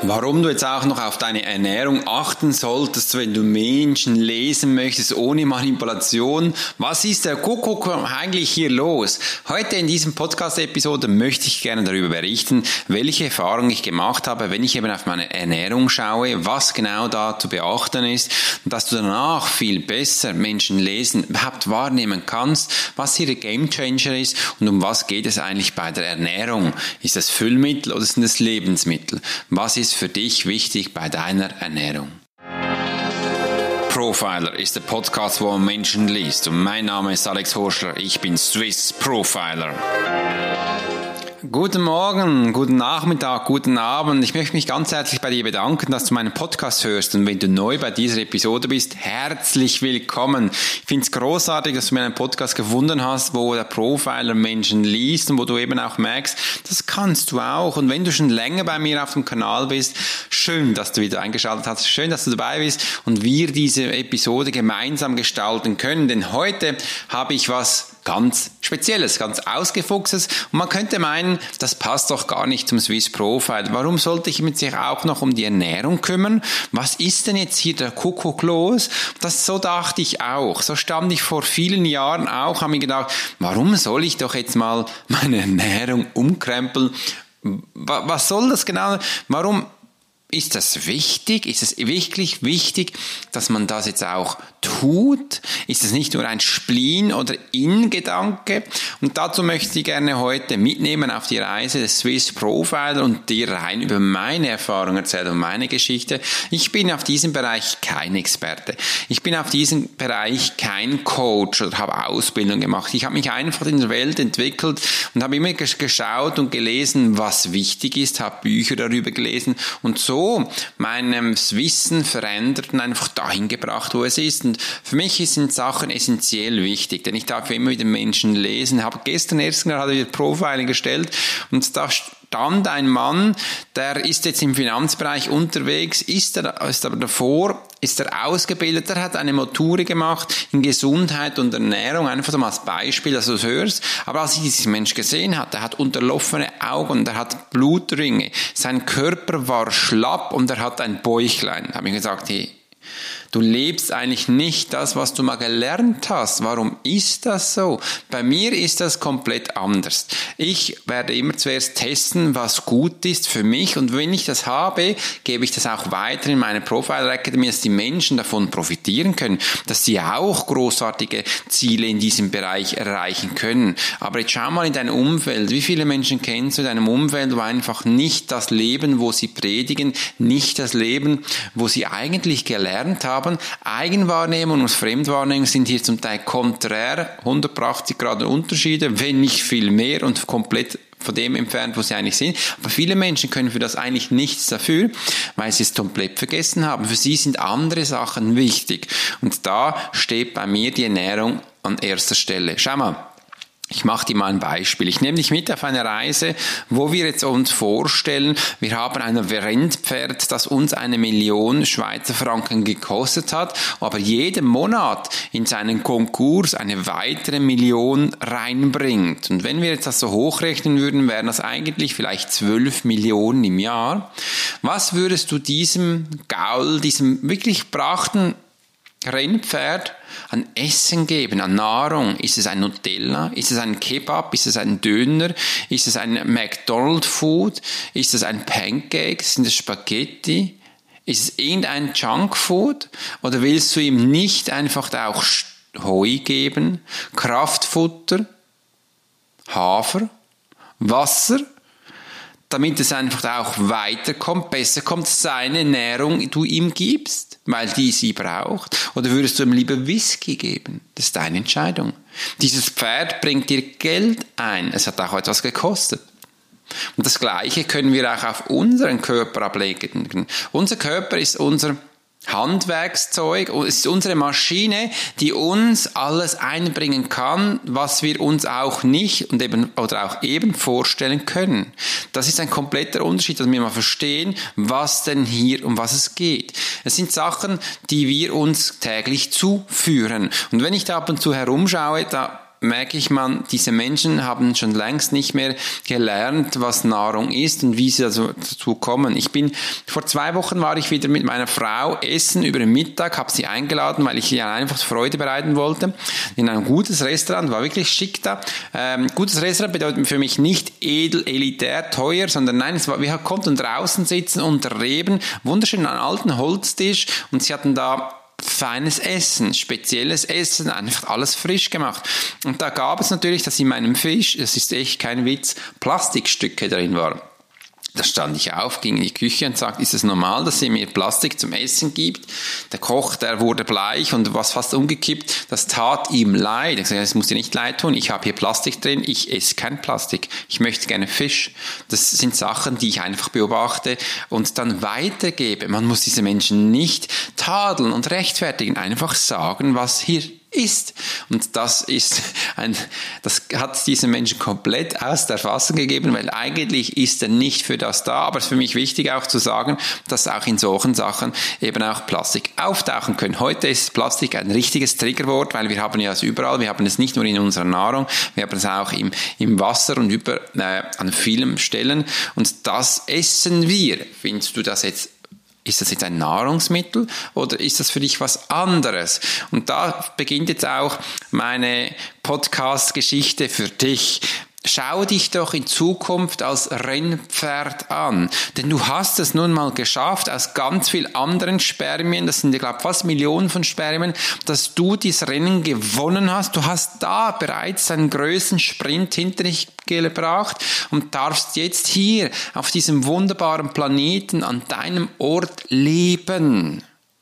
Warum du jetzt auch noch auf deine Ernährung achten solltest, wenn du Menschen lesen möchtest, ohne Manipulation. Was ist der Kuckuck eigentlich hier los? Heute in diesem Podcast-Episode möchte ich gerne darüber berichten, welche Erfahrungen ich gemacht habe, wenn ich eben auf meine Ernährung schaue, was genau da zu beachten ist und dass du danach viel besser Menschen lesen überhaupt wahrnehmen kannst, was hier der Gamechanger ist und um was geht es eigentlich bei der Ernährung. Ist das Füllmittel oder sind das Lebensmittel? Was ist für dich wichtig bei deiner Ernährung? Profiler ist der Podcast, wo man Menschen liest. Und mein Name ist Alex Horschler. Ich bin Swiss Profiler. Guten Morgen, guten Nachmittag, guten Abend. Ich möchte mich ganz herzlich bei dir bedanken, dass du meinen Podcast hörst. Und wenn du neu bei dieser Episode bist, herzlich willkommen. Ich finde es großartig, dass du mir einen Podcast gefunden hast, wo der Profiler Menschen liest und wo du eben auch merkst, das kannst du auch. Und wenn du schon länger bei mir auf dem Kanal bist, schön, dass du wieder eingeschaltet hast. Schön, dass du dabei bist und wir diese Episode gemeinsam gestalten können. Denn heute habe ich was ganz Spezielles, ganz Ausgefuchstes. Und man könnte meinen, das passt doch gar nicht zum Swiss Profile. Warum sollte ich mich auch noch um die Ernährung kümmern? Was ist denn jetzt hier der Kuckuck los? So dachte ich auch. So stand ich vor vielen Jahren auch, habe mir gedacht, warum soll ich doch jetzt mal meine Ernährung umkrempeln? Was soll das genau? Warum ist das wichtig? Ist es wirklich wichtig, dass man das jetzt auch tut? Ist es nicht nur ein Spleen oder In-Gedanke? Und dazu möchte ich gerne heute mitnehmen auf die Reise des Swiss Profiler und dir rein über meine Erfahrungen erzählen und meine Geschichte. Ich bin auf diesem Bereich kein Experte. Ich bin auf diesem Bereich kein Coach oder habe Ausbildung gemacht. Ich habe mich einfach in der Welt entwickelt und habe immer geschaut und gelesen, was wichtig ist, habe Bücher darüber gelesen und so mein Wissen verändert und einfach dahin gebracht, wo es ist. Und für mich sind Sachen essentiell wichtig, denn ich darf immer wieder Menschen lesen. Ich habe gestern erst gerade wieder Profiling gestellt und da stand ein Mann, der ist jetzt im Finanzbereich unterwegs, ist aber davor, ist er ausgebildet, der hat eine Matura gemacht in Gesundheit und Ernährung, einfach so mal als Beispiel, dass du es hörst. Aber als ich diesen Mensch gesehen hatte, er hat unterlaufene Augen und er hat Blutringe, sein Körper war schlapp und er hat ein Bäuchlein. Da habe ich gesagt, hey, du lebst eigentlich nicht das, was du mal gelernt hast. Warum ist das so? Bei mir ist das komplett anders. Ich werde immer zuerst testen, was gut ist für mich und wenn ich das habe, gebe ich das auch weiter in meine Profiler Academy, dass die Menschen davon profitieren können, dass sie auch großartige Ziele in diesem Bereich erreichen können. Aber jetzt schau mal in dein Umfeld. Wie viele Menschen kennst du in deinem Umfeld, wo einfach nicht das Leben, wo sie predigen, nicht das Leben, wo sie eigentlich gelernt haben? Eigenwahrnehmung und Fremdwahrnehmung sind hier zum Teil konträr, 180 Grad Unterschiede, wenn nicht viel mehr und komplett von dem entfernt, wo sie eigentlich sind. Aber viele Menschen können für das eigentlich nichts dafür, weil sie es komplett vergessen haben. Für sie sind andere Sachen wichtig. Und da steht bei mir die Ernährung an erster Stelle. Schau mal. Ich mache dir mal ein Beispiel. Ich nehme dich mit auf eine Reise, wo wir jetzt uns vorstellen, wir haben ein Rennpferd, das uns 1 Million Schweizer Franken gekostet hat, aber jeden Monat in seinen Konkurs eine weitere Million reinbringt. Und wenn wir jetzt das so hochrechnen würden, wären das eigentlich vielleicht 12 Millionen im Jahr. Was würdest du diesem Gaul, diesem wirklich brachten Rennpferd an Essen geben, an Nahrung? Ist es ein Nutella? Ist es ein Kebab? Ist es ein Döner? Ist es ein McDonald's Food? Ist es ein Pancake? Sind es Spaghetti? Ist es irgendein Junkfood? Oder willst du ihm nicht einfach auch Heu geben, Kraftfutter, Hafer, Wasser, damit es einfach auch weiterkommt, besser kommt, seine Ernährung du ihm gibst, weil die sie braucht? Oder würdest du ihm lieber Whisky geben? Das ist deine Entscheidung. Dieses Pferd bringt dir Geld ein. Es hat auch etwas gekostet. Und das Gleiche können wir auch auf unseren Körper ablegen. Unser Körper ist unser Handwerkszeug, es ist unsere Maschine, die uns alles einbringen kann, was wir uns auch nicht und eben oder auch eben vorstellen können. Das ist ein kompletter Unterschied, dass wir mal verstehen, was denn hier um was es geht. Es sind Sachen, die wir uns täglich zuführen. Und wenn ich da ab und zu herumschaue, da merke ich, diese Menschen haben schon längst nicht mehr gelernt, was Nahrung ist und wie sie dazu kommen. Vor 2 Wochen war ich wieder mit meiner Frau essen über den Mittag, habe sie eingeladen, weil ich ihr einfach Freude bereiten wollte, in ein gutes Restaurant, war wirklich schick da. Gutes Restaurant bedeutet für mich nicht edel, elitär, teuer, sondern nein, wir konnten draußen sitzen unter Reben, wunderschön an alten Holztisch und sie hatten da feines Essen, spezielles Essen, einfach alles frisch gemacht. Und da gab es natürlich, dass in meinem Fisch, das ist echt kein Witz, Plastikstücke drin waren. Da stand ich auf, ging in die Küche und sagte, ist es normal, dass ihr mir Plastik zum Essen gibt? Der Koch, der wurde bleich und was fast umgekippt, das tat ihm leid. Ich sagte, es muss dir nicht leid tun, ich habe hier Plastik drin, ich esse kein Plastik, ich möchte gerne Fisch. Das sind Sachen, die ich einfach beobachte und dann weitergebe. Man muss diese Menschen nicht tadeln und rechtfertigen, einfach sagen, was hier ist. Und das hat diesen Menschen komplett aus der Fassung gegeben, weil eigentlich ist er nicht für das da, aber es ist für mich wichtig auch zu sagen, dass auch in solchen Sachen eben auch Plastik auftauchen können. Heute ist Plastik ein richtiges Triggerwort, weil wir haben ja es überall, wir haben es nicht nur in unserer Nahrung, wir haben es auch im Wasser und an vielen Stellen und das essen wir. Findest du das jetzt? Ist das jetzt ein Nahrungsmittel oder ist das für dich was anderes? Und da beginnt jetzt auch meine Podcast-Geschichte für dich. Schau dich doch in Zukunft als Rennpferd an, denn du hast es nun mal geschafft, aus ganz vielen anderen Spermien, das sind, ich glaube, fast Millionen von Spermien, dass du dieses Rennen gewonnen hast. Du hast da bereits einen größten Sprint hinter dich gebracht und darfst jetzt hier auf diesem wunderbaren Planeten an deinem Ort leben.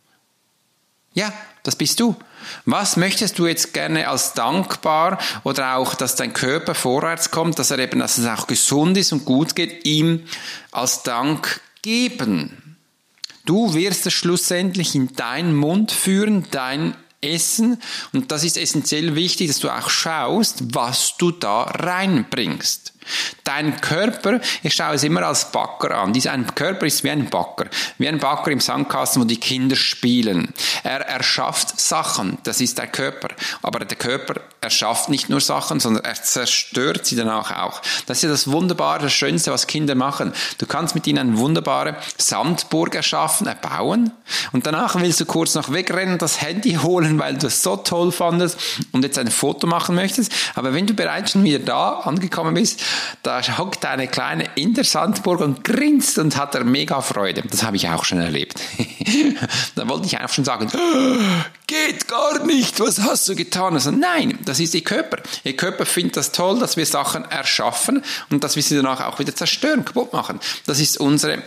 Ja, das bist du. Was möchtest du jetzt gerne als dankbar oder auch, dass dein Körper vorwärts kommt, dass es auch gesund ist und gut geht, ihm als Dank geben? Du wirst es schlussendlich in deinen Mund führen, dein Essen, und das ist essentiell wichtig, dass du auch schaust, was du da reinbringst. Dein Körper, ich schaue es immer als Backer an. Ein Körper ist wie ein Backer im Sandkasten, wo die Kinder spielen. Er erschafft Sachen, das ist der Körper. Aber der Körper erschafft nicht nur Sachen, sondern er zerstört sie danach auch. Das ist ja das Wunderbare, das Schönste, was Kinder machen. Du kannst mit ihnen eine wunderbare Sandburg erbauen und danach willst du kurz noch wegrennen, das Handy holen, weil du es so toll fandest und jetzt ein Foto machen möchtest. Aber wenn du bereits schon wieder da angekommen bist, da hockt eine Kleine in der Sandburg und grinst und hat mega Freude. Das habe ich auch schon erlebt. Da wollte ich auch schon sagen, geht gar nicht, was hast du getan? Also nein, das ist ihr Körper. Ihr Körper findet das toll, dass wir Sachen erschaffen und dass wir sie danach auch wieder zerstören, kaputt machen. Das ist unser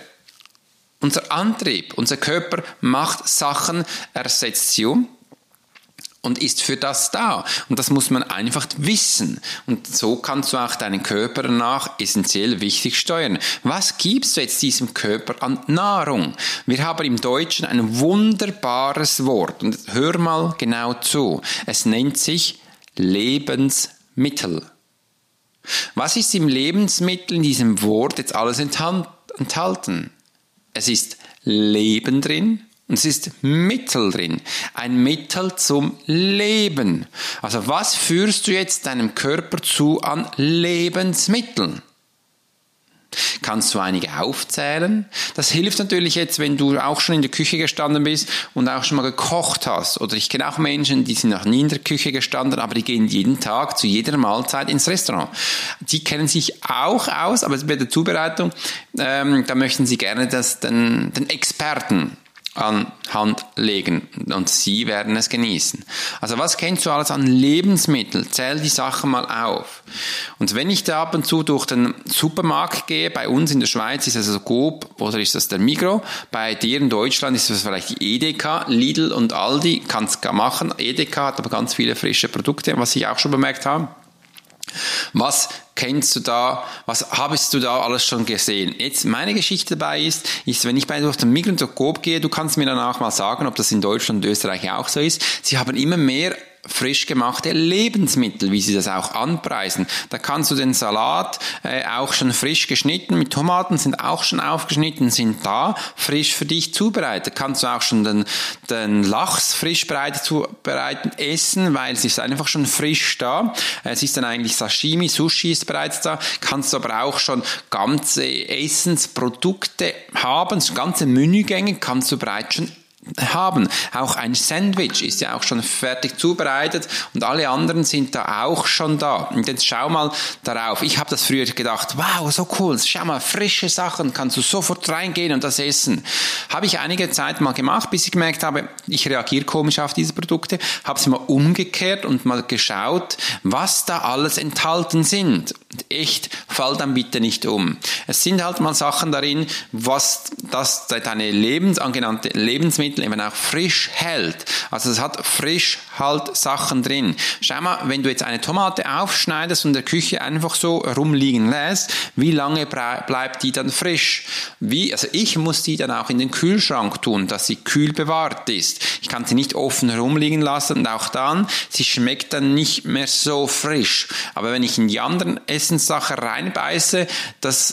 Antrieb. Unser Körper macht Sachen, er setzt sie um und ist für das da. Und das muss man einfach wissen. Und so kannst du auch deinen Körper danach essentiell wichtig steuern. Was gibst du jetzt diesem Körper an Nahrung? Wir haben im Deutschen ein wunderbares Wort. Und hör mal genau zu. Es nennt sich Lebensmittel. Was ist im Lebensmittel, in diesem Wort jetzt alles enthalten? Es ist Leben drin. Und es ist Mittel drin. Ein Mittel zum Leben. Also was führst du jetzt deinem Körper zu an Lebensmitteln? Kannst du einige aufzählen? Das hilft natürlich jetzt, wenn du auch schon in der Küche gestanden bist und auch schon mal gekocht hast. Oder ich kenne auch Menschen, die sind noch nie in der Küche gestanden, aber die gehen jeden Tag zu jeder Mahlzeit ins Restaurant. Die kennen sich auch aus, aber bei der Zubereitung, da möchten sie gerne den Experten an Hand legen und sie werden es genießen. Also was kennst du alles an Lebensmitteln? Zähl die Sachen mal auf. Und wenn ich da ab und zu durch den Supermarkt gehe, bei uns in der Schweiz ist das so Coop oder ist das der Migros, bei dir in Deutschland ist das vielleicht die Edeka, Lidl und Aldi, kannst du machen. Edeka hat aber ganz viele frische Produkte, was ich auch schon bemerkt habe. Was kennst du da, was hast du da alles schon gesehen? Jetzt meine Geschichte dabei ist, wenn ich durch den Migros und Coop gehe, du kannst mir danach mal sagen, ob das in Deutschland und Österreich auch so ist, sie haben immer mehr frisch gemachte Lebensmittel, wie sie das auch anpreisen. Da kannst du den Salat auch schon frisch geschnitten, mit Tomaten sind auch schon aufgeschnitten, sind da frisch für dich zubereitet. Kannst du auch schon den Lachs frisch zubereiten, essen, weil es ist einfach schon frisch da. Es ist dann eigentlich Sashimi, Sushi ist bereits da. Kannst du aber auch schon ganze Essensprodukte haben, ganze Menügänge kannst du bereits schon haben. Auch ein Sandwich ist ja auch schon fertig zubereitet und alle anderen sind da auch schon da. Und jetzt schau mal darauf. Ich habe das früher gedacht, wow, so cool, schau mal, frische Sachen, kannst du sofort reingehen und das essen. Habe ich einige Zeit mal gemacht, bis ich gemerkt habe, ich reagiere komisch auf diese Produkte, habe sie mal umgekehrt und mal geschaut, was da alles enthalten sind. Echt, fall dann bitte nicht um. Es sind halt mal Sachen darin, was das deine angenannte Lebensmittel eben auch frisch hält. Also es hat frisch halt Sachen drin. Schau mal, wenn du jetzt eine Tomate aufschneidest und in der Küche einfach so rumliegen lässt, wie lange bleibt die dann frisch? Also ich muss die dann auch in den Kühlschrank tun, dass sie kühl bewahrt ist. Ich kann sie nicht offen herumliegen lassen und auch dann, sie schmeckt dann nicht mehr so frisch. Aber wenn ich in die anderen Essenssachen reinbeiße, das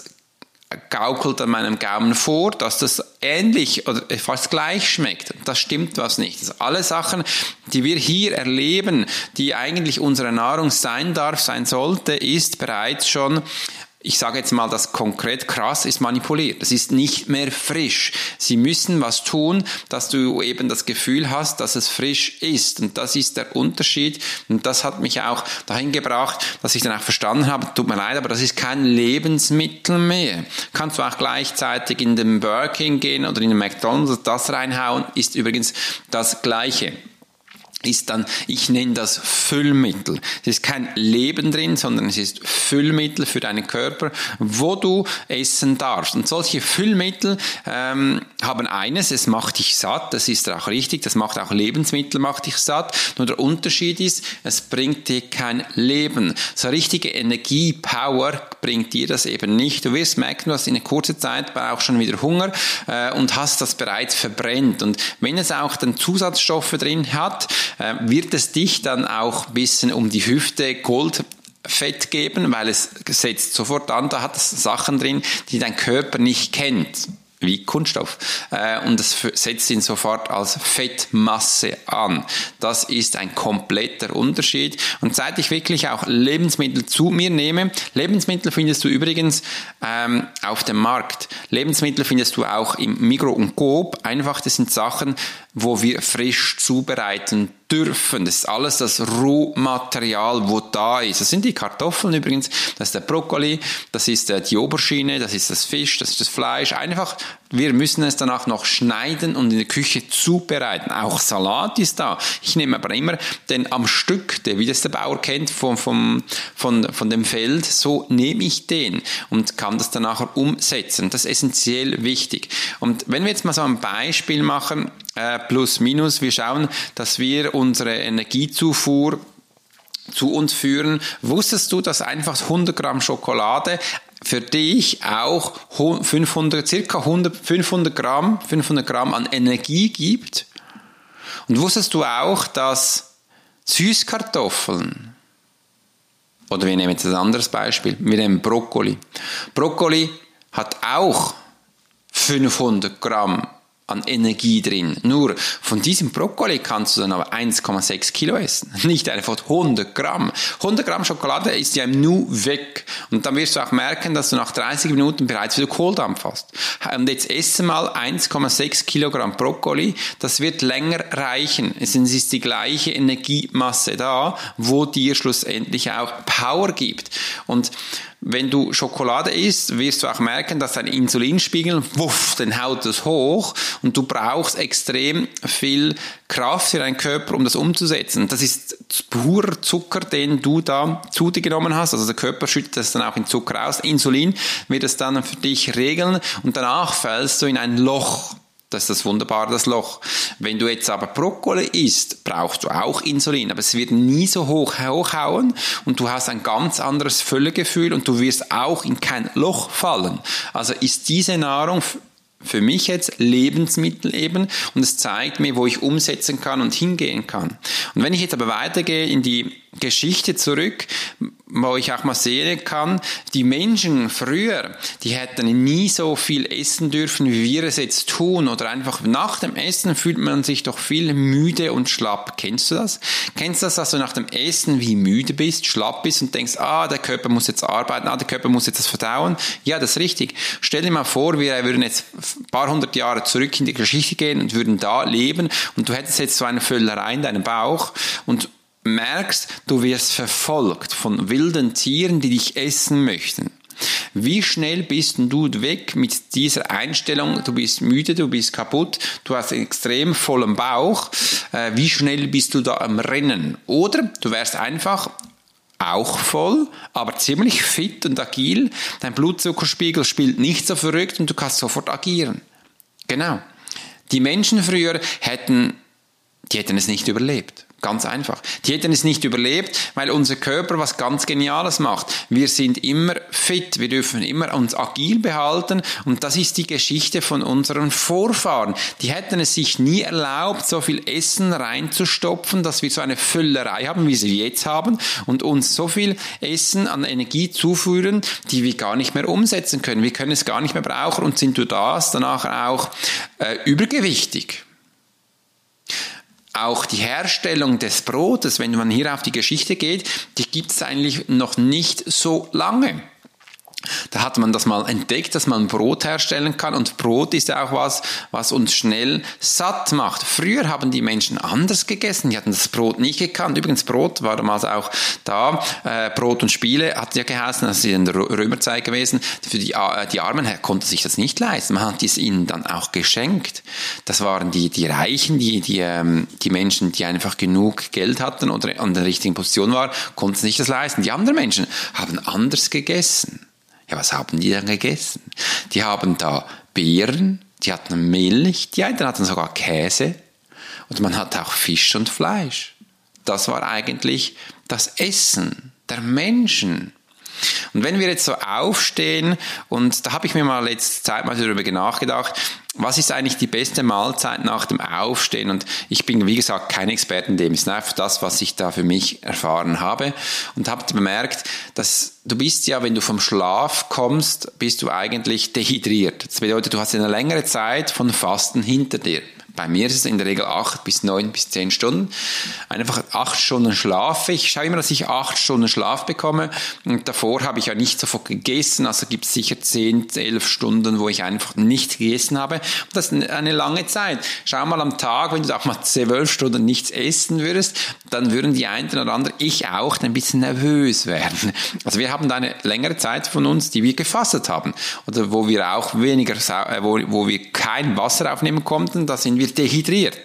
gaukelt an meinem Gaumen vor, dass das ähnlich oder fast gleich schmeckt. Das stimmt was nicht. Das alle Sachen, die wir hier erleben, die eigentlich unsere Nahrung sein sollte, ist bereits schon, ich sage jetzt mal das konkret, krass ist manipuliert. Das ist nicht mehr frisch. Sie müssen was tun, dass du eben das Gefühl hast, dass es frisch ist. Und das ist der Unterschied. Und das hat mich auch dahin gebracht, dass ich dann auch verstanden habe, tut mir leid, aber das ist kein Lebensmittel mehr. Kannst du auch gleichzeitig in den Burger King gehen oder in den McDonald's das reinhauen, ist übrigens das Gleiche. Ist dann, ich nenne das Füllmittel. Es ist kein Leben drin, sondern es ist Füllmittel für deinen Körper, wo du essen darfst. Und solche Füllmittel haben eines, es macht dich satt, das ist auch richtig, das macht auch Lebensmittel, macht dich satt. Nur der Unterschied ist, es bringt dir kein Leben. So richtige Energie, Power bringt dir das eben nicht. Du wirst merken, du hast in einer kurzen Zeit auch schon wieder Hunger und hast das bereits verbrennt. Und wenn es auch dann Zusatzstoffe drin hat, wird es dich dann auch ein bisschen um die Hüfte Goldfett geben, weil es setzt sofort an, da hat es Sachen drin, die dein Körper nicht kennt, wie Kunststoff. Und es setzt ihn sofort als Fettmasse an. Das ist ein kompletter Unterschied. Und seit ich wirklich auch Lebensmittel zu mir nehme, Lebensmittel findest du übrigens auf dem Markt. Lebensmittel findest du auch im Migros und Coop. Einfach, das sind Sachen, wo wir frisch zubereiten dürfen. Das ist alles das Rohmaterial, wo da ist. Das sind die Kartoffeln übrigens, das ist der Brokkoli, das ist die Aubergine, das ist das Fisch, das ist das Fleisch. Einfach, wir müssen es danach noch schneiden und in der Küche zubereiten. Auch Salat ist da. Ich nehme aber immer den am Stück, wie das der Bauer kennt, von dem Feld, so nehme ich den und kann das dann nachher umsetzen. Das ist essentiell wichtig. Und wenn wir jetzt mal so ein Beispiel machen, plus minus, wir schauen, dass wir unsere Energiezufuhr zu uns führen. Wusstest du, dass einfach 100 Gramm Schokolade für dich auch 500 Gramm an Energie gibt? Und wusstest du auch, dass Süßkartoffeln, oder wir nehmen jetzt ein anderes Beispiel, wir nehmen Brokkoli. Brokkoli hat auch 500 Gramm an Energie drin. Nur von diesem Brokkoli kannst du dann aber 1,6 Kilo essen. Nicht einfach 100 Gramm. 100 Gramm Schokolade ist ja im Nu weg. Und dann wirst du auch merken, dass du nach 30 Minuten bereits wieder Kohldampf hast. Und jetzt esse mal 1,6 Kilogramm Brokkoli. Das wird länger reichen. Es ist die gleiche Energiemasse da, wo dir schlussendlich auch Power gibt. Und wenn du Schokolade isst, wirst du auch merken, dass dein Insulinspiegel, den haut es hoch und du brauchst extrem viel Kraft für deinen Körper, um das umzusetzen. Das ist purer Zucker, den du da zu dir genommen hast. Also der Körper schüttet das dann auch in Zucker aus. Insulin wird es dann für dich regeln und danach fällst du in ein Loch. Das ist das Wunderbare, das Loch. Wenn du jetzt aber Brokkoli isst, brauchst du auch Insulin, aber es wird nie so hochhauen und du hast ein ganz anderes Völlegefühl und du wirst auch in kein Loch fallen. Also ist diese Nahrung für mich jetzt Lebensmittel eben und es zeigt mir, wo ich umsetzen kann und hingehen kann. Und wenn ich jetzt aber weitergehe in die Geschichte zurück, wo ich auch mal sehen kann, die Menschen früher, die hätten nie so viel essen dürfen, wie wir es jetzt tun, oder einfach nach dem Essen fühlt man sich doch viel müde und schlapp. Kennst du das? Kennst du das, dass du nach dem Essen wie müde bist, schlapp bist und denkst, der Körper muss jetzt arbeiten, der Körper muss jetzt das verdauen? Ja, das ist richtig. Stell dir mal vor, wir würden jetzt ein paar hundert Jahre zurück in die Geschichte gehen und würden da leben und du hättest jetzt so eine Völlerei in deinem Bauch und merkst, du wirst verfolgt von wilden Tieren, die dich essen möchten. Wie schnell bist du weg mit dieser Einstellung, du bist müde, du bist kaputt, du hast einen extrem vollen Bauch, wie schnell bist du da am Rennen? Oder du wärst einfach auch voll, aber ziemlich fit und agil, dein Blutzuckerspiegel spielt nicht so verrückt und du kannst sofort agieren. Genau. Die Menschen früher hätten es nicht überlebt. Ganz einfach. Die hätten es nicht überlebt, weil unser Körper was ganz Geniales macht. Wir sind immer fit, wir dürfen immer uns agil behalten und das ist die Geschichte von unseren Vorfahren. Die hätten es sich nie erlaubt, so viel Essen reinzustopfen, dass wir so eine Füllerei haben, wie sie jetzt haben und uns so viel Essen an Energie zuführen, die wir gar nicht mehr umsetzen können. Wir können es gar nicht mehr brauchen und sind durch das danach auch übergewichtig. Auch die Herstellung des Brotes, wenn man hier auf die Geschichte geht, die gibt es eigentlich noch nicht so lange. Da hat man das mal entdeckt, dass man Brot herstellen kann und Brot ist ja auch was uns schnell satt macht. Früher haben die Menschen anders gegessen, die hatten das Brot nicht gekannt. Übrigens, Brot war damals auch da, Brot und Spiele hat ja geheißen, das ist in der Römerzeit gewesen. Für die Armen konnte sich das nicht leisten, man hat es ihnen dann auch geschenkt. Das waren die Reichen, die Menschen, die einfach genug Geld hatten oder an der richtigen Position waren, konnten sich das leisten. Die anderen Menschen haben anders gegessen. Ja, was haben die dann gegessen? Die haben da Beeren, die hatten Milch, die einen hatten sogar Käse und man hat auch Fisch und Fleisch. Das war eigentlich das Essen der Menschen. Und wenn wir jetzt so aufstehen, und da habe ich mir mal letzte Zeit mal darüber nachgedacht, was ist eigentlich die beste Mahlzeit nach dem Aufstehen? Und ich bin, wie gesagt, kein Experte in dem. Es ist einfach das, was ich da für mich erfahren habe. Und habe bemerkt, dass du bist ja, wenn du vom Schlaf kommst, bist du eigentlich dehydriert. Das bedeutet, du hast eine längere Zeit von Fasten hinter dir. Bei mir ist es in der Regel 8 bis 9 bis 10 Stunden. Einfach 8 Stunden schlafe. Ich schaue immer, dass ich 8 Stunden Schlaf bekomme. Und davor habe ich ja nicht sofort gegessen. Also gibt es sicher 10, 11 Stunden, wo ich einfach nicht gegessen habe. Und das ist eine lange Zeit. Schau mal am Tag, wenn du auch mal 12 Stunden nichts essen würdest, dann würden die einen oder anderen, ich auch, ein bisschen nervös werden. Also wir haben da eine längere Zeit von uns, die wir gefastet haben. Oder wo wir auch weniger, wo wir kein Wasser aufnehmen konnten, da sind wir dehydriert.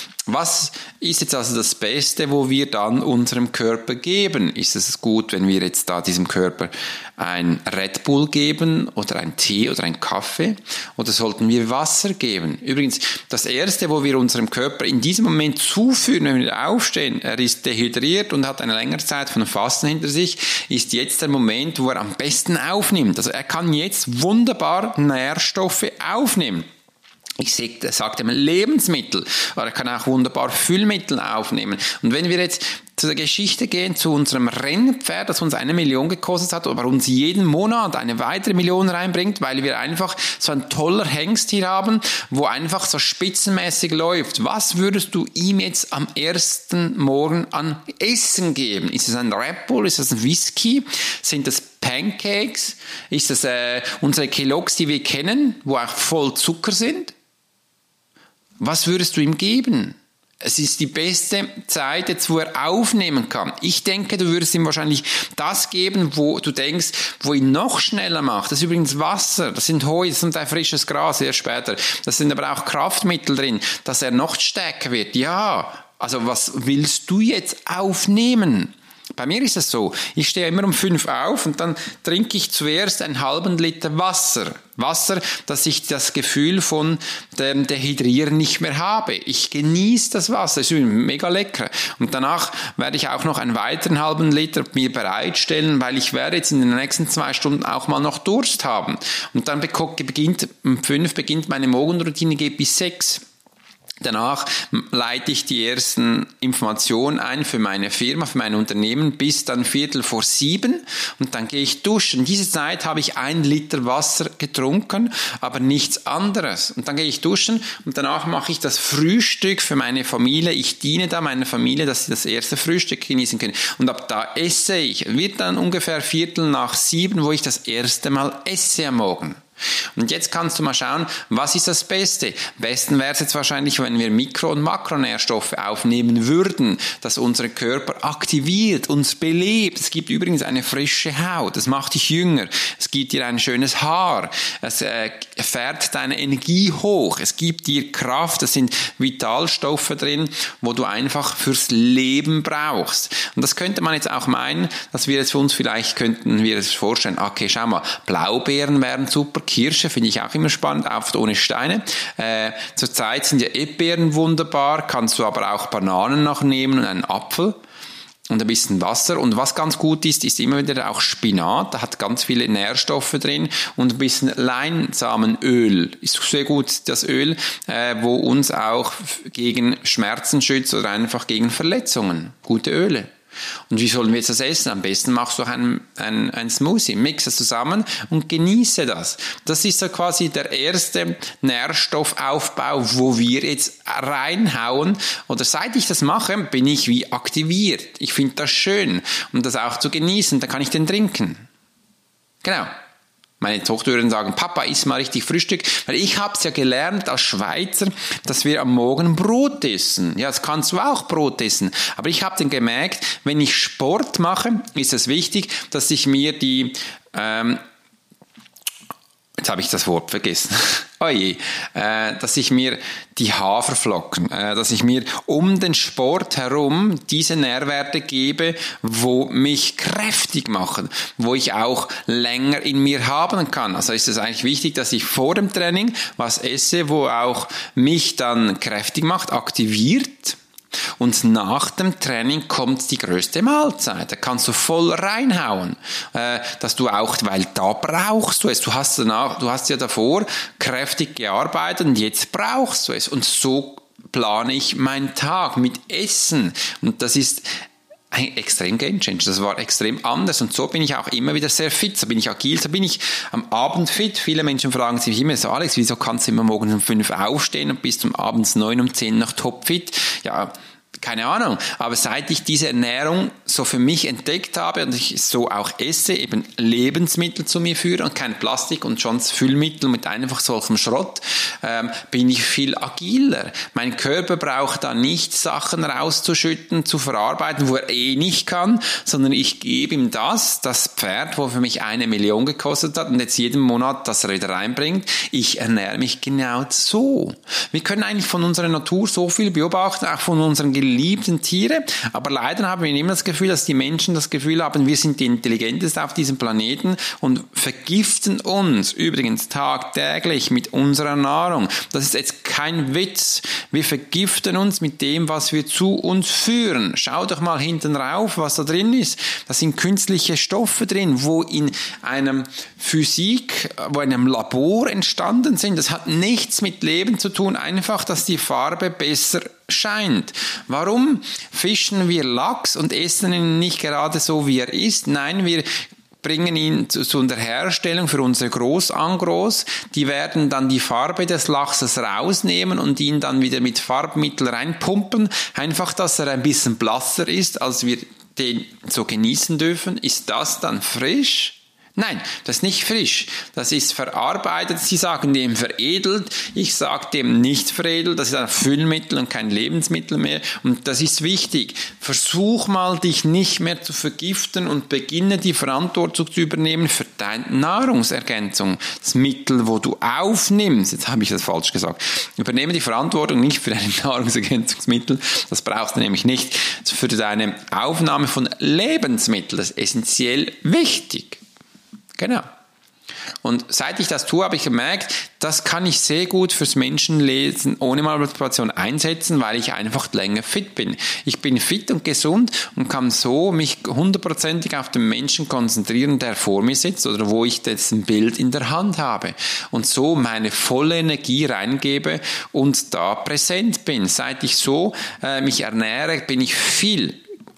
Was ist jetzt also das Beste, wo wir dann unserem Körper geben? Ist es gut, wenn wir jetzt da diesem Körper ein Red Bull geben oder ein Tee oder ein Kaffee? Oder sollten wir Wasser geben? Übrigens, das Erste, wo wir unserem Körper in diesem Moment zuführen, wenn wir aufstehen, er ist dehydriert und hat eine längere Zeit von Fasten hinter sich, ist jetzt der Moment, wo er am besten aufnimmt. Also er kann jetzt wunderbar Nährstoffe aufnehmen. Ich sagte mal Lebensmittel, aber er kann auch wunderbar Füllmittel aufnehmen. Und wenn wir jetzt zu der Geschichte gehen, zu unserem Rennpferd, das uns 1 Million gekostet hat, aber uns jeden Monat eine weitere 1 Million reinbringt, weil wir einfach so ein toller Hengst hier haben, wo einfach so spitzenmäßig läuft. Was würdest du ihm jetzt am ersten Morgen an Essen geben? Ist es ein Red Bull? Ist es ein Whisky? Sind das Pancakes? Ist das unsere Kelloggs, die wir kennen, wo auch voll Zucker sind? Was würdest du ihm geben? Es ist die beste Zeit, jetzt, wo er aufnehmen kann. Ich denke, du würdest ihm wahrscheinlich das geben, wo du denkst, wo ihn noch schneller macht. Das ist übrigens Wasser, das sind Heu, das sind ein frisches Gras, erst später. Das sind aber auch Kraftmittel drin, dass er noch stärker wird. Ja, also was willst du jetzt aufnehmen? Bei mir ist es so, ich stehe immer um 5 auf und dann trinke ich zuerst einen halben Liter Wasser. Wasser, dass ich das Gefühl von dem Dehydrieren nicht mehr habe. Ich genieße das Wasser, es ist mega lecker. Und danach werde ich auch noch einen weiteren halben Liter mir bereitstellen, weil ich werde jetzt in den nächsten 2 Stunden auch mal noch Durst haben. Und dann beginnt um 5 meine Morgenroutine, geht bis 6. Danach leite ich die ersten Informationen ein für meine Firma, für mein Unternehmen bis dann 6:15 und dann gehe ich duschen. Diese Zeit habe ich 1 Liter Wasser getrunken, aber nichts anderes. Und dann gehe ich duschen und danach mache ich das Frühstück für meine Familie. Ich diene da meiner Familie, dass sie das erste Frühstück genießen können. Und ab da esse ich. Wird dann ungefähr 6:15, wo ich das erste Mal esse am Morgen. Und jetzt kannst du mal schauen, was ist das Beste? Besten wäre es jetzt wahrscheinlich, wenn wir Mikro- und Makronährstoffe aufnehmen würden, dass unser Körper aktiviert, uns belebt. Es gibt übrigens eine frische Haut, das macht dich jünger, es gibt dir ein schönes Haar, es fährt deine Energie hoch, es gibt dir Kraft, es sind Vitalstoffe drin, wo du einfach fürs Leben brauchst. Und das könnte man jetzt auch meinen, dass wir jetzt für uns vielleicht könnten wir es vorstellen, okay, schau mal, Blaubeeren wären super, Kirsche finde ich auch immer spannend, oft ohne Steine. Zurzeit sind ja Erdbeeren wunderbar, kannst du aber auch Bananen noch nehmen und einen Apfel und ein bisschen Wasser. Und was ganz gut ist, ist immer wieder auch Spinat, da hat ganz viele Nährstoffe drin und ein bisschen Leinsamenöl. Ist sehr gut, das Öl, wo uns auch gegen Schmerzen schützt oder einfach gegen Verletzungen. Gute Öle. Und wie sollen wir jetzt das essen? Am besten machst du ein Smoothie, mix es zusammen und genieße das. Das ist so quasi der erste Nährstoffaufbau, wo wir jetzt reinhauen. Oder seit ich das mache, bin ich wie aktiviert. Ich finde das schön, um das auch zu genießen. Dann kann ich den trinken. Genau. Meine Tochter würden sagen, Papa, iss mal richtig Frühstück, weil ich habe es ja gelernt als Schweizer, dass wir am Morgen Brot essen. Ja, das kannst du auch Brot essen. Aber ich habe dann gemerkt, wenn ich Sport mache, ist es wichtig, dass ich mir die jetzt habe ich das Wort vergessen. Oje, dass ich mir die Haferflocken, dass ich mir um den Sport herum diese Nährwerte gebe, wo mich kräftig machen, wo ich auch länger in mir haben kann. Also ist es eigentlich wichtig, dass ich vor dem Training was esse, wo auch mich dann kräftig macht, aktiviert. Und nach dem Training kommt die größte Mahlzeit. Da kannst du voll reinhauen, dass du auch, weil da brauchst du es. Du hast ja davor kräftig gearbeitet und jetzt brauchst du es. Und so plane ich meinen Tag mit Essen. Und das ist ein extrem Game Changer. Das war extrem anders und so bin ich auch immer wieder sehr fit, so bin ich agil, so bin ich am Abend fit. Viele Menschen fragen sich immer so, Alex, wieso kannst du immer morgens um 5 aufstehen und bis zum abends 9, um 10 noch topfit? Ja, keine Ahnung, aber seit ich diese Ernährung so für mich entdeckt habe und ich so auch esse, eben Lebensmittel zu mir führe und kein Plastik und schon Füllmittel mit einfach solchem Schrott, bin ich viel agiler. Mein Körper braucht da nicht Sachen rauszuschütten, zu verarbeiten, wo er nicht kann, sondern ich gebe ihm das Pferd, wo für mich 1 Million gekostet hat und jetzt jeden Monat das er wieder reinbringt. Ich ernähre mich genau so. Wir können eigentlich von unserer Natur so viel beobachten, auch von unseren geliebten Tiere, aber leider haben wir immer das Gefühl, dass die Menschen das Gefühl haben, wir sind die Intelligentesten auf diesem Planeten und vergiften uns übrigens tagtäglich mit unserer Nahrung. Das ist jetzt kein Witz. Wir vergiften uns mit dem, was wir zu uns führen. Schau doch mal hinten rauf, was da drin ist. Da sind künstliche Stoffe drin, wo in einem Labor entstanden sind. Das hat nichts mit Leben zu tun, einfach, dass die Farbe besser scheint. Warum fischen wir Lachs und essen ihn nicht gerade so, wie er ist? Nein, wir bringen ihn zu der Herstellung für unsere Großangros. Die werden dann die Farbe des Lachses rausnehmen und ihn dann wieder mit Farbmittel reinpumpen. Einfach, dass er ein bisschen blasser ist, als wir den so genießen dürfen. Ist das dann frisch? Nein, das ist nicht frisch. Das ist verarbeitet. Sie sagen dem veredelt. Ich sage dem nicht veredelt. Das ist ein Füllmittel und kein Lebensmittel mehr. Und das ist wichtig. Versuch mal, dich nicht mehr zu vergiften und beginne die Verantwortung zu übernehmen für deine Nahrungsergänzung. Das Mittel, wo du aufnimmst. Jetzt habe ich das falsch gesagt. Übernehme die Verantwortung nicht für deine Nahrungsergänzungsmittel. Das brauchst du nämlich nicht. Für deine Aufnahme von Lebensmitteln. Das ist essentiell wichtig. Genau. Und seit ich das tue, habe ich gemerkt, das kann ich sehr gut fürs Menschenleben ohne Manipulation einsetzen, weil ich einfach länger fit bin. Ich bin fit und gesund und kann so mich 100%ig auf den Menschen konzentrieren, der vor mir sitzt oder wo ich dessen Bild in der Hand habe. Und so meine volle Energie reingebe und da präsent bin. Seit ich so mich ernähre, bin ich viel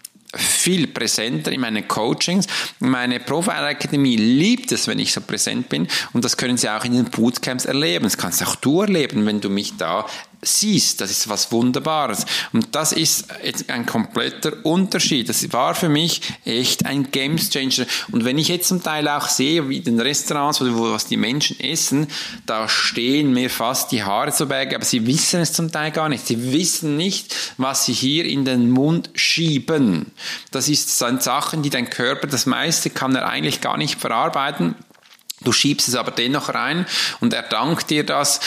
präsenter in meinen Coachings. Meine Profile Akademie liebt es, wenn ich so präsent bin, und das können Sie auch in den Bootcamps erleben. Das kannst auch du erleben, wenn du mich da siehst. Das ist was Wunderbares. Und das ist jetzt ein kompletter Unterschied. Das war für mich echt ein Gamechanger. Und wenn ich jetzt zum Teil auch sehe, wie in den Restaurants, was die Menschen essen, da stehen mir fast die Haare zu Berge, aber sie wissen es zum Teil gar nicht. Sie wissen nicht, was sie hier in den Mund schieben. Das sind Sachen, die dein Körper, das meiste kann er eigentlich gar nicht verarbeiten. Du schiebst es aber dennoch rein und er dankt dir das,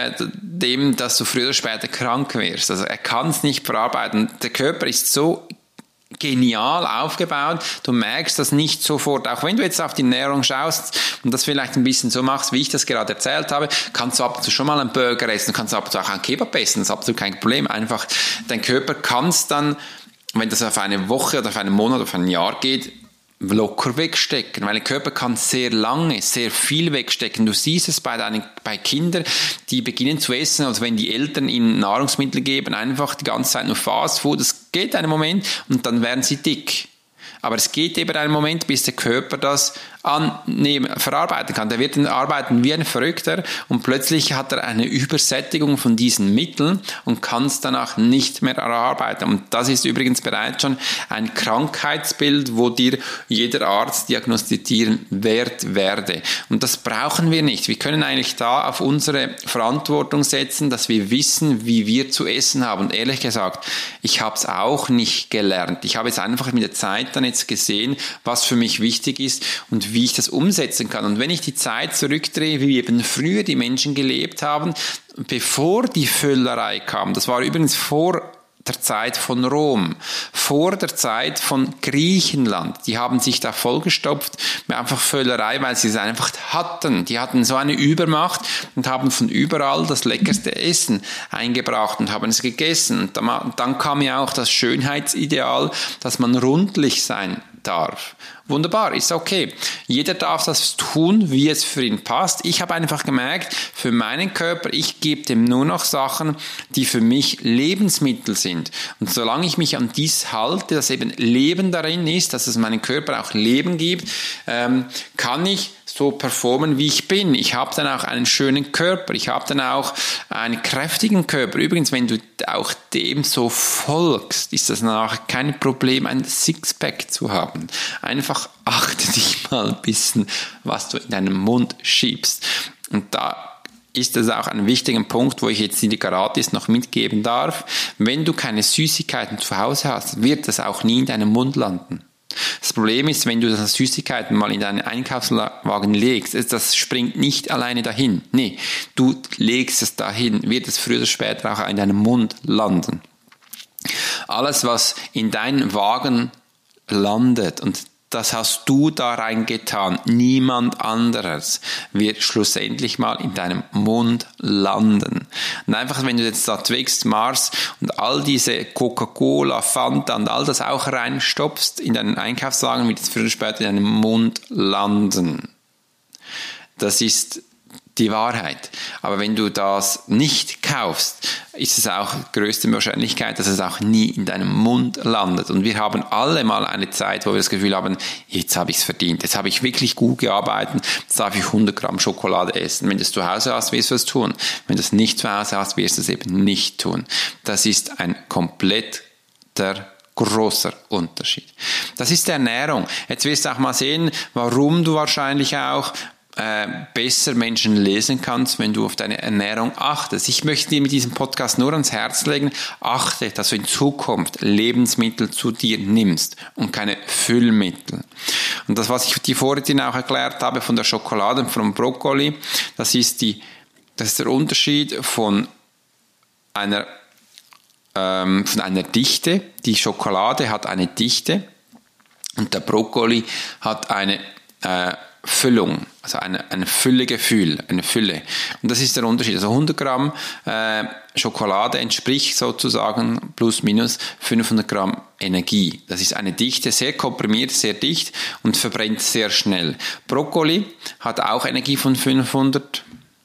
dem, dass du früher oder später krank wirst. Also er kann es nicht verarbeiten. Der Körper ist so genial aufgebaut, du merkst das nicht sofort. Auch wenn du jetzt auf die Ernährung schaust und das vielleicht ein bisschen so machst, wie ich das gerade erzählt habe, kannst du ab und zu schon mal einen Burger essen, kannst du ab und zu auch einen Kebab essen, das ist absolut kein Problem. Einfach, dein Körper kann es dann, wenn das auf eine Woche oder auf einen Monat oder auf ein Jahr geht, locker wegstecken, weil der Körper kann sehr lange, sehr viel wegstecken. Du siehst es bei Kindern, die beginnen zu essen, also wenn die Eltern ihnen Nahrungsmittel geben, einfach die ganze Zeit nur Fast Food, das geht einen Moment und dann werden sie dick. Aber es geht eben einen Moment, bis der Körper das verarbeiten kann. Der wird dann arbeiten wie ein Verrückter und plötzlich hat er eine Übersättigung von diesen Mitteln und kann es danach nicht mehr erarbeiten. Und das ist übrigens bereits schon ein Krankheitsbild, wo dir jeder Arzt diagnostizieren werde. Und das brauchen wir nicht. Wir können eigentlich da auf unsere Verantwortung setzen, dass wir wissen, wie wir zu essen haben. Und ehrlich gesagt, ich habe es auch nicht gelernt. Ich habe jetzt einfach mit der Zeit dann jetzt gesehen, was für mich wichtig ist und wie ich das umsetzen kann. Und wenn ich die Zeit zurückdrehe, wie eben früher die Menschen gelebt haben, bevor die Völlerei kam, das war übrigens vor der Zeit von Rom, vor der Zeit von Griechenland. Die haben sich da vollgestopft mit einfach Völlerei, weil sie es einfach hatten. Die hatten so eine Übermacht und haben von überall das leckerste Essen eingebracht und haben es gegessen. Und dann kam ja auch das Schönheitsideal, dass man rundlich sein darf. Wunderbar, ist okay. Jeder darf das tun, wie es für ihn passt. Ich habe einfach gemerkt, für meinen Körper, ich gebe dem nur noch Sachen, die für mich Lebensmittel sind. Und solange ich mich an dies halte, dass eben Leben darin ist, dass es meinem Körper auch Leben gibt, kann ich so performen, wie ich bin. Ich habe dann auch einen schönen Körper. Ich habe dann auch einen kräftigen Körper. Übrigens, wenn du auch dem so folgst, ist das nachher kein Problem, ein Sixpack zu haben. Einfach achte dich mal ein bisschen, was du in deinen Mund schiebst. Und da ist das auch ein wichtiger Punkt, wo ich jetzt die gratis noch mitgeben darf. Wenn du keine Süßigkeiten zu Hause hast, wird das auch nie in deinem Mund landen. Das Problem ist, wenn du das Süßigkeiten mal in deinen Einkaufswagen legst, das springt nicht alleine dahin. Nee, du legst es dahin, wird es früher oder später auch in deinem Mund landen. Alles, was in deinen Wagen landet, und das hast du da reingetan, niemand anderes, wird schlussendlich mal in deinem Mund landen. Und einfach, wenn du jetzt da Twix, Mars und all diese Coca-Cola, Fanta und all das auch reinstopfst in deinen Einkaufswagen, wird es früher oder später in deinem Mund landen. Das ist die Wahrheit. Aber wenn du das nicht kaufst, ist es auch größte Wahrscheinlichkeit, dass es auch nie in deinem Mund landet. Und wir haben alle mal eine Zeit, wo wir das Gefühl haben, jetzt habe ich es verdient, jetzt habe ich wirklich gut gearbeitet, jetzt darf ich 100 Gramm Schokolade essen. Wenn du es zu Hause hast, wirst du es tun. Wenn du es nicht zu Hause hast, wirst du es eben nicht tun. Das ist ein kompletter großer Unterschied. Das ist die Ernährung. Jetzt wirst du auch mal sehen, warum du wahrscheinlich auch besser Menschen lesen kannst, wenn du auf deine Ernährung achtest. Ich möchte dir mit diesem Podcast nur ans Herz legen, achte, dass du in Zukunft Lebensmittel zu dir nimmst und keine Füllmittel. Und das, was ich dir vorhin auch erklärt habe von der Schokolade und vom Brokkoli, das ist der Unterschied von einer Dichte. Die Schokolade hat eine Dichte und der Brokkoli hat eine Füllung, also ein Füllegefühl, eine Fülle. Und das ist der Unterschied. Also 100 Gramm Schokolade entspricht sozusagen plus minus 500 Gramm Energie. Das ist eine Dichte, sehr komprimiert, sehr dicht und verbrennt sehr schnell. Brokkoli hat auch Energie von 500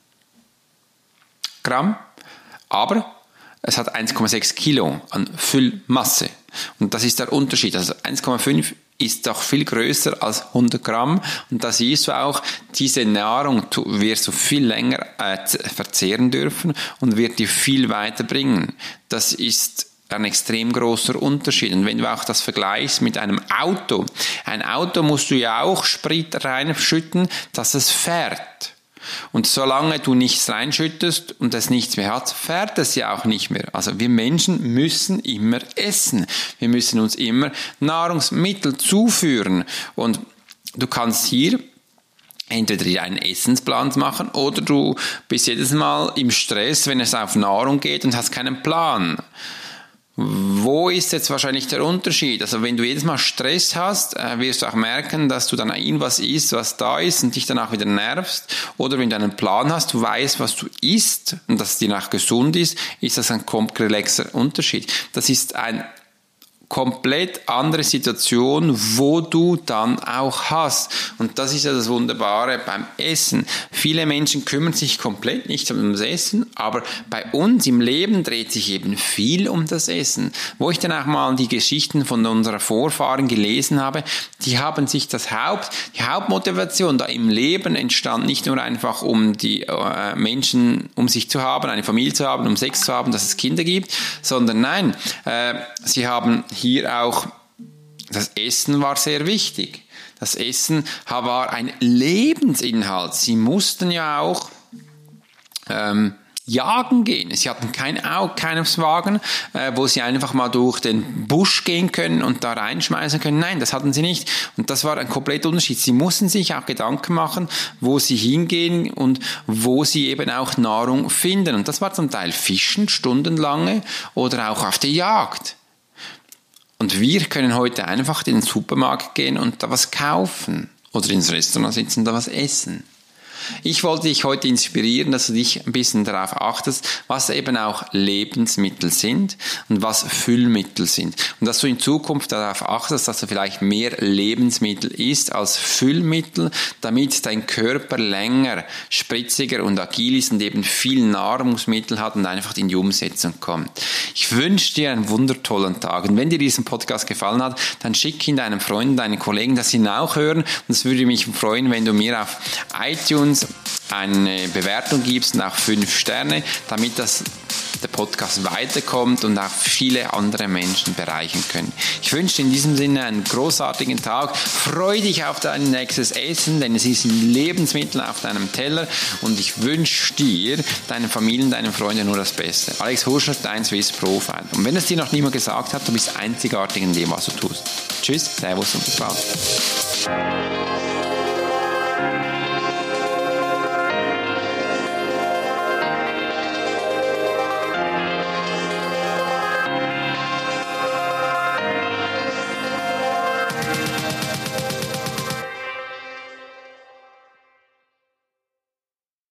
Gramm, aber es hat 1,6 Kilo an Füllmasse. Und das ist der Unterschied. Also 1,5 ist doch viel größer als 100 Gramm. Und da siehst du auch, diese Nahrung wirst du viel länger verzehren dürfen und wird dir viel weiterbringen. Das ist ein extrem großer Unterschied. Und wenn du auch das vergleichst mit einem Auto, ein Auto musst du ja auch Sprit reinschütten, dass es fährt. Und solange du nichts reinschüttest und es nichts mehr hat, fährt es ja auch nicht mehr. Also wir Menschen müssen immer essen. Wir müssen uns immer Nahrungsmittel zuführen. Und du kannst hier entweder einen Essensplan machen oder du bist jedes Mal im Stress, wenn es auf Nahrung geht und hast keinen Plan. Wo ist jetzt wahrscheinlich der Unterschied? Also wenn du jedes Mal Stress hast, wirst du auch merken, dass du dann irgendwas isst, was da ist und dich danach wieder nervst. Oder wenn du einen Plan hast, du weißt, was du isst und dass es dir nach gesund ist das ein komplett relaxer Unterschied. Das ist eine komplett andere Situation, wo du dann auch hast. Und das ist ja das Wunderbare beim Essen. Viele Menschen kümmern sich komplett nicht um das Essen, aber bei uns im Leben dreht sich eben viel um das Essen. Wo ich dann auch mal die Geschichten von unserer Vorfahren gelesen habe, die haben sich die Hauptmotivation da im Leben entstand nicht nur einfach um die Menschen um sich zu haben, eine Familie zu haben, um Sex zu haben, dass es Kinder gibt, sondern nein, sie haben hier auch, das Essen war sehr wichtig. Das Essen war ein Lebensinhalt. Sie mussten ja auch jagen gehen. Sie hatten keinen Wagen, wo sie einfach mal durch den Busch gehen können und da reinschmeißen können. Nein, das hatten sie nicht. Und das war ein kompletter Unterschied. Sie mussten sich auch Gedanken machen, wo sie hingehen und wo sie eben auch Nahrung finden. Und das war zum Teil Fischen, stundenlange, oder auch auf der Jagd. Und wir können heute einfach in den Supermarkt gehen und da was kaufen oder ins Restaurant sitzen und da was essen. Ich wollte dich heute inspirieren, dass du dich ein bisschen darauf achtest, was eben auch Lebensmittel sind und was Füllmittel sind. Und dass du in Zukunft darauf achtest, dass du vielleicht mehr Lebensmittel isst als Füllmittel, damit dein Körper länger, spritziger und agil ist und eben viel Nahrungsmittel hat und einfach in die Umsetzung kommt. Ich wünsche dir einen wundertollen Tag. Und wenn dir diesen Podcast gefallen hat, dann schick ihn deinen Freunden, deinen Kollegen, dass sie ihn auch hören. Und es würde mich freuen, wenn du mir auf iTunes eine Bewertung gibst und auch 5 Sterne, damit der Podcast weiterkommt und auch viele andere Menschen bereichern können. Ich wünsche dir in diesem Sinne einen großartigen Tag. Freue dich auf dein nächstes Essen, denn es ist Lebensmittel auf deinem Teller und ich wünsche dir, deinen Familien, deinen Freunden nur das Beste. Alex Hurschner, dein Swiss Profiler. Und wenn es dir noch niemand gesagt hat, du bist einzigartig in dem, was du tust. Tschüss, Servus und bis bald.